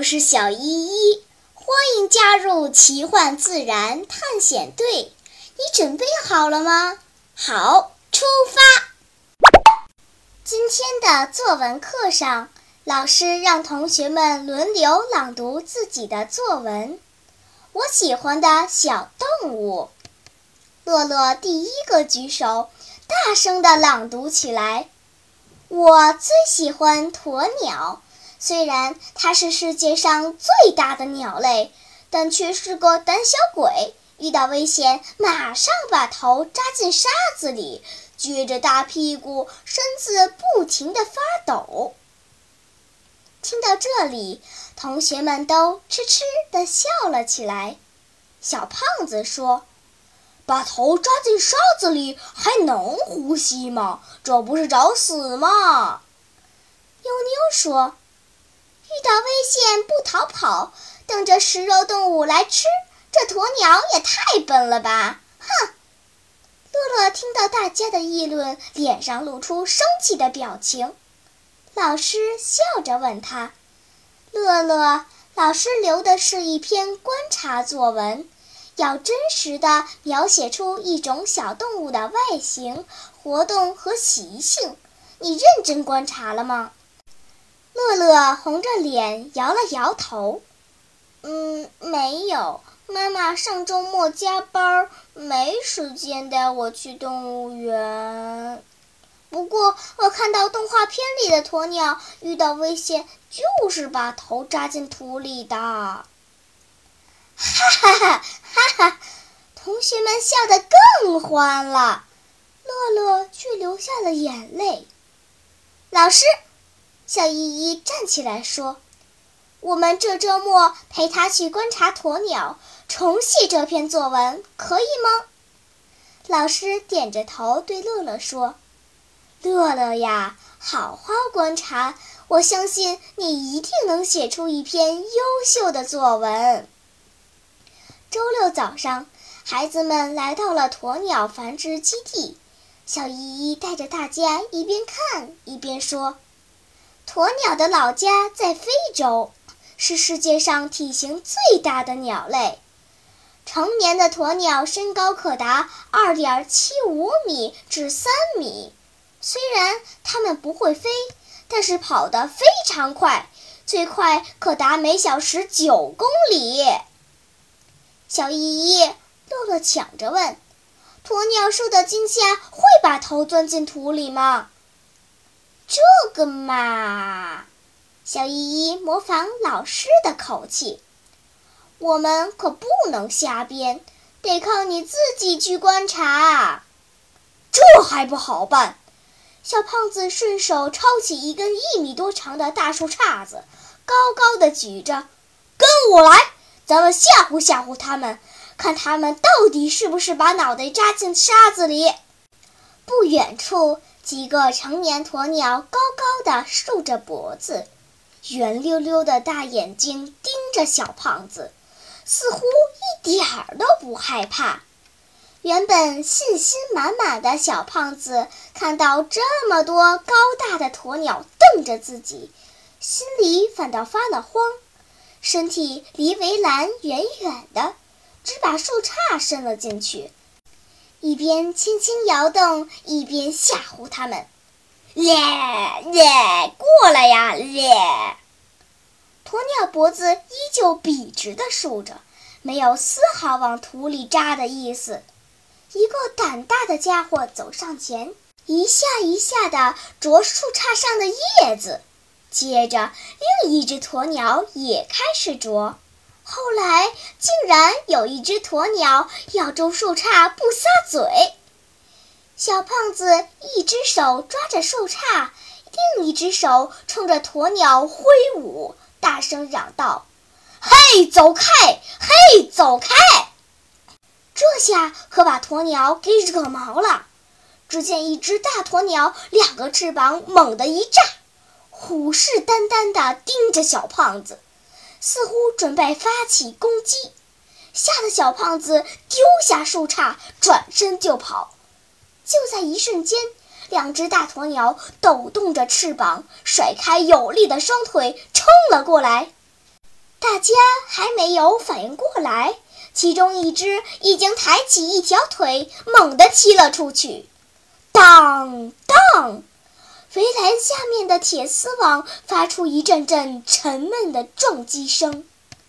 是小依依，欢迎加入奇幻自然探险队。你准备好了吗？好，出发！今天的作文课上，老师让同学们轮流朗读自己的作文。我喜欢的小动物。乐乐第一个举手，大声地朗读起来。我最喜欢鸵鸟，虽然它是世界上最大的鸟类，但却是个胆小鬼，遇到危险马上把头扎进沙子里，撅着大屁股，身子不停地发抖。听到这里，同学们都痴痴地笑了起来。小胖子说：“把头扎进沙子里还能呼吸吗？这不是找死吗？”妞妞说：“遇到危险不逃跑，等着食肉动物来吃，这鸵鸟也太笨了吧！”哼！乐乐听到大家的议论，脸上露出生气的表情。老师笑着问他：“乐乐，老师留的是一篇观察作文，要真实地描写出一种小动物的外形、活动和习性，你认真观察了吗？”乐乐红着脸摇了摇头：“没有，妈妈上周末加班，没时间带我去动物园。不过我看到动画片里的鸵鸟遇到危险就是把头扎进土里的。”哈哈哈哈哈！同学们笑得更欢了，乐乐却流下了眼泪。老师，小依依站起来说：“我们这周末陪他去观察鸵鸟，重写这篇作文，可以吗？”老师点着头对乐乐说：“乐乐呀，好好观察，我相信你一定能写出一篇优秀的作文。”周六早上，孩子们来到了鸵鸟繁殖基地，小依依带着大家一边看一边说：“鸵鸟的老家在非洲，是世界上体型最大的鸟类。成年的鸵鸟身高可达2.75米至3米。虽然它们不会飞，但是跑得非常快，最快可达每小时9公里。”小依依、乐乐抢着问：“鸵鸟受到惊吓会把头钻进土里吗？”“这个嘛……”小依依模仿老师的口气：“我们可不能瞎编，得靠你自己去观察。”“这还不好办！”小胖子顺手抄起一根1米多长的大树杈子，高高的举着：“跟我来，咱们吓唬吓唬他们，看他们到底是不是把脑袋扎进沙子里。”不远处，几个成年鸵鸟高高的竖着脖子，圆溜溜的大眼睛盯着小胖子，似乎一点儿都不害怕。原本信心满满的小胖子看到这么多高大的鸵鸟瞪着自己，心里反倒发了慌，身体离围栏远远的，只把树杈伸了进去，一边轻轻摇动，一边吓唬他们：“过来呀！”鸵鸟脖子依旧笔直地竖着，没有丝毫往土里扎的意思。一个胆大的家伙走上前，一下一下地啄树杈上的叶子，接着另一只鸵鸟也开始啄，后来竟然有一只鸵鸟咬住树杈不撒嘴。小胖子一只手抓着树杈，另一只手冲着鸵鸟挥舞，大声嚷道：“嘿，走开！嘿，走开！”这下可把鸵鸟给惹毛了。只见一只大鸵鸟2个翅膀猛地一炸，虎视眈眈地盯着小胖子，似乎准备发起攻击。吓得小胖子丢下树杈，转身就跑。就在一瞬间，2只大鸵鸟抖动着翅膀，甩开有力的双腿冲了过来。 大家还没有反应过来，其中一只已经抬起一条腿，猛地踢了出去。当当，围栏下面的铁丝网发出一阵阵沉闷的撞击声。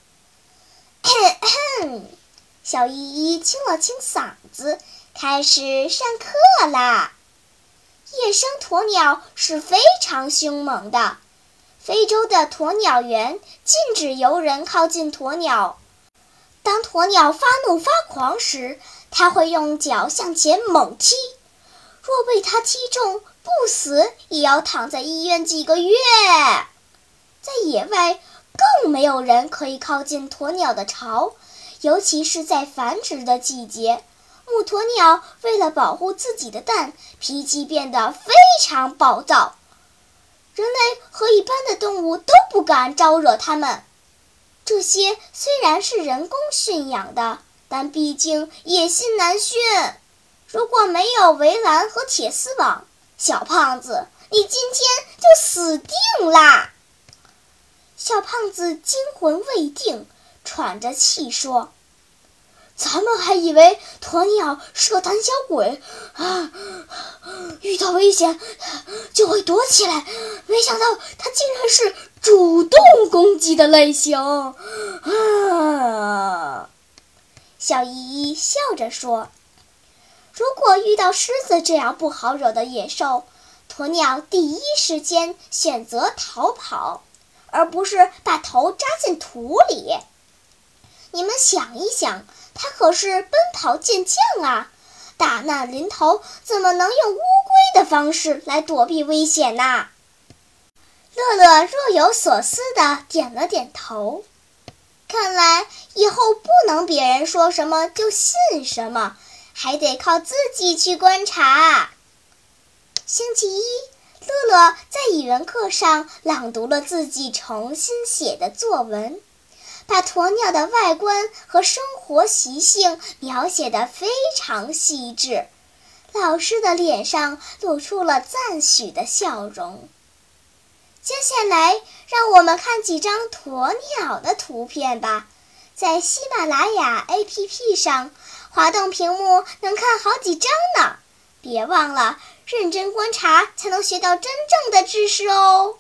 小依依清了清嗓子，开始上课啦。野生鸵鸟是非常凶猛的，非洲的鸵鸟园禁止游人靠近鸵鸟。当鸵鸟发怒发狂时，它会用脚向前猛踢，若被它踢中，不死也要躺在医院几个月。在野外，更没有人可以靠近鸵鸟的巢，尤其是在繁殖的季节。母鸵鸟为了保护自己的蛋，脾气变得非常暴躁。人类和一般的动物都不敢招惹它们。这些虽然是人工驯养的，但毕竟野心难驯。如果没有围栏和铁丝网，小胖子，你今天就死定啦！小胖子惊魂未定，喘着气说：“咱们还以为鸵鸟是个胆小鬼啊，遇到危险就会躲起来，没想到它竟然是主动攻击的类型啊！”小依依笑着说：“如果遇到狮子这样不好惹的野兽，鸵鸟第一时间选择逃跑，而不是把头扎进土里。你们想一想，它可是奔跑健将啊，大难临头怎么能用乌龟的方式来躲避危险呢？”乐乐若有所思地点了点头。看来以后不能别人说什么就信什么，还得靠自己去观察。星期一，乐乐在语文课上朗读了自己重新写的作文，把鸵鸟的外观和生活习性描写得非常细致，老师的脸上露出了赞许的笑容。接下来，让我们看几张鸵鸟的图片吧。在喜马拉雅 APP 上，滑动屏幕能看好几张呢。别忘了，认真观察才能学到真正的知识哦。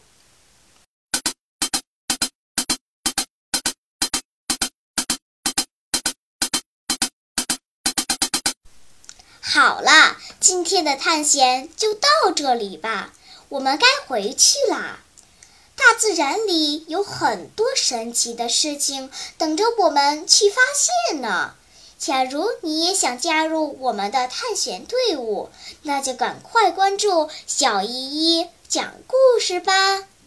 好啦，今天的探险就到这里吧，我们该回去啦。大自然里有很多神奇的事情等着我们去发现呢。假如你也想加入我们的探险队伍，那就赶快关注小依依讲故事吧。